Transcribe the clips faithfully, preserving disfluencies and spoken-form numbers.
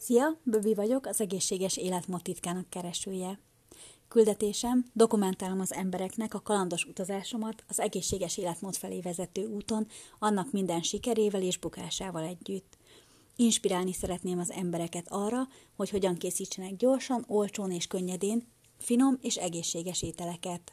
Szia, Böbi vagyok, az egészséges életmód titkának keresője. Küldetésem, dokumentálom az embereknek a kalandos utazásomat az egészséges életmód felé vezető úton, annak minden sikerével és bukásával együtt. Inspirálni szeretném az embereket arra, hogy hogyan készítsenek gyorsan, olcsón és könnyedén finom és egészséges ételeket.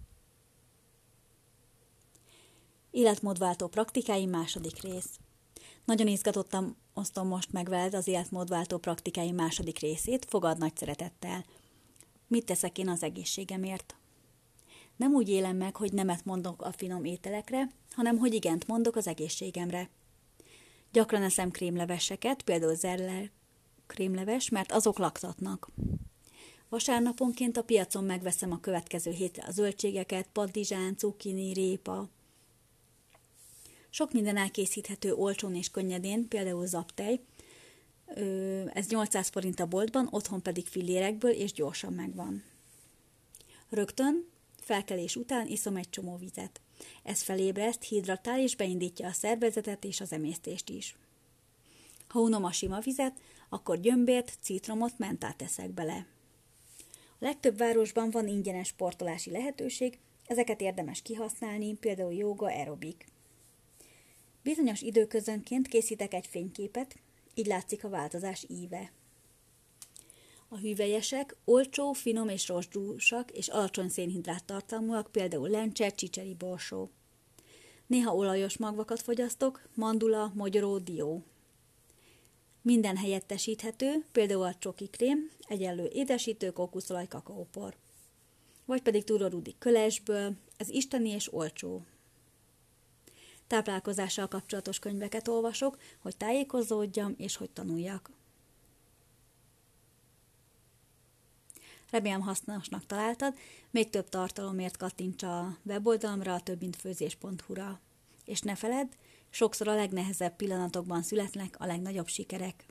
Életmódváltó praktikái második rész. Nagyon izgatottan osztom most meg veled az életmódváltó praktikái második részét, fogad nagy szeretettel. Mit teszek én az egészségemért? Nem úgy élem meg, hogy nemet mondok a finom ételekre, hanem hogy igent mondok az egészségemre. Gyakran eszem krémleveseket, például Zeller krémleves, mert azok laktatnak. Vasárnaponként a piacon megveszem a következő hétre a zöldségeket, paddizsán, cukkini, répa. Sok minden elkészíthető olcsón és könnyedén, például zaptej. Ez nyolcszáz forint a boltban, otthon pedig fillérekből és gyorsan megvan. Rögtön, felkelés után iszom egy csomó vizet. Ez felébreszt, hidratál és beindítja a szervezetet és az emésztést is. Ha unom a sima vizet, akkor gyömbért, citromot, mentát teszek bele. A legtöbb városban van ingyenes sportolási lehetőség, ezeket érdemes kihasználni, például jóga, aerobik. Bizonyos időközönként készítek egy fényképet, így látszik a változás íve. A hüvelyesek olcsó, finom és rozsdúsak és alacsony szénhidrát tartalmúak, például lencse, csicseri borsó. Néha olajos magvakat fogyasztok, mandula, mogyoró, dió. Minden helyettesíthető, például a csoki krém, egyenlő édesítő, kókuszolaj, kakaópor. Vagy pedig turorudi kölesből, ez isteni és olcsó. Táplálkozással kapcsolatos könyveket olvasok, hogy tájékozódjam és hogy tanuljak. Remélem hasznosnak találtad, még több tartalomért kattints a weboldalamra, a többmintfőzés pont hu-ra. És ne feledd, sokszor a legnehezebb pillanatokban születnek a legnagyobb sikerek.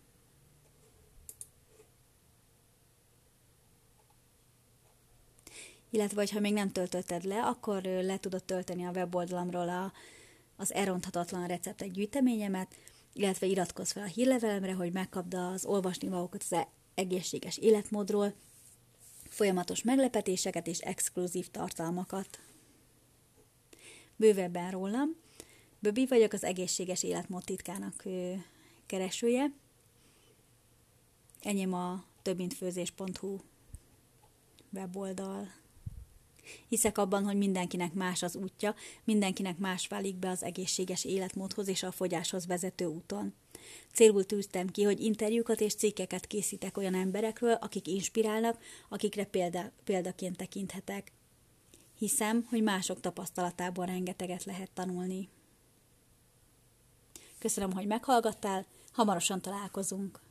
Illetve, ha még nem töltötted le, akkor le tudod tölteni a weboldalamról a az elronthatatlan receptek gyűjteményemet, illetve iratkozz fel a hírlevelemre, hogy megkapd az olvasnivalókat az egészséges életmódról, folyamatos meglepetéseket és exkluzív tartalmakat. Bővebben rólam, Böbi vagyok, az egészséges életmód titkának keresője. Enyém a többmintfőzés pont hu weboldal. Hiszek abban, hogy mindenkinek más az útja, mindenkinek más válik be az egészséges életmódhoz és a fogyáshoz vezető úton. Célul tűztem ki, hogy interjúkat és cikkeket készítek olyan emberekről, akik inspirálnak, akikre példa, példaként tekinthetek. Hiszem, hogy mások tapasztalatából rengeteget lehet tanulni. Köszönöm, hogy meghallgattál, hamarosan találkozunk.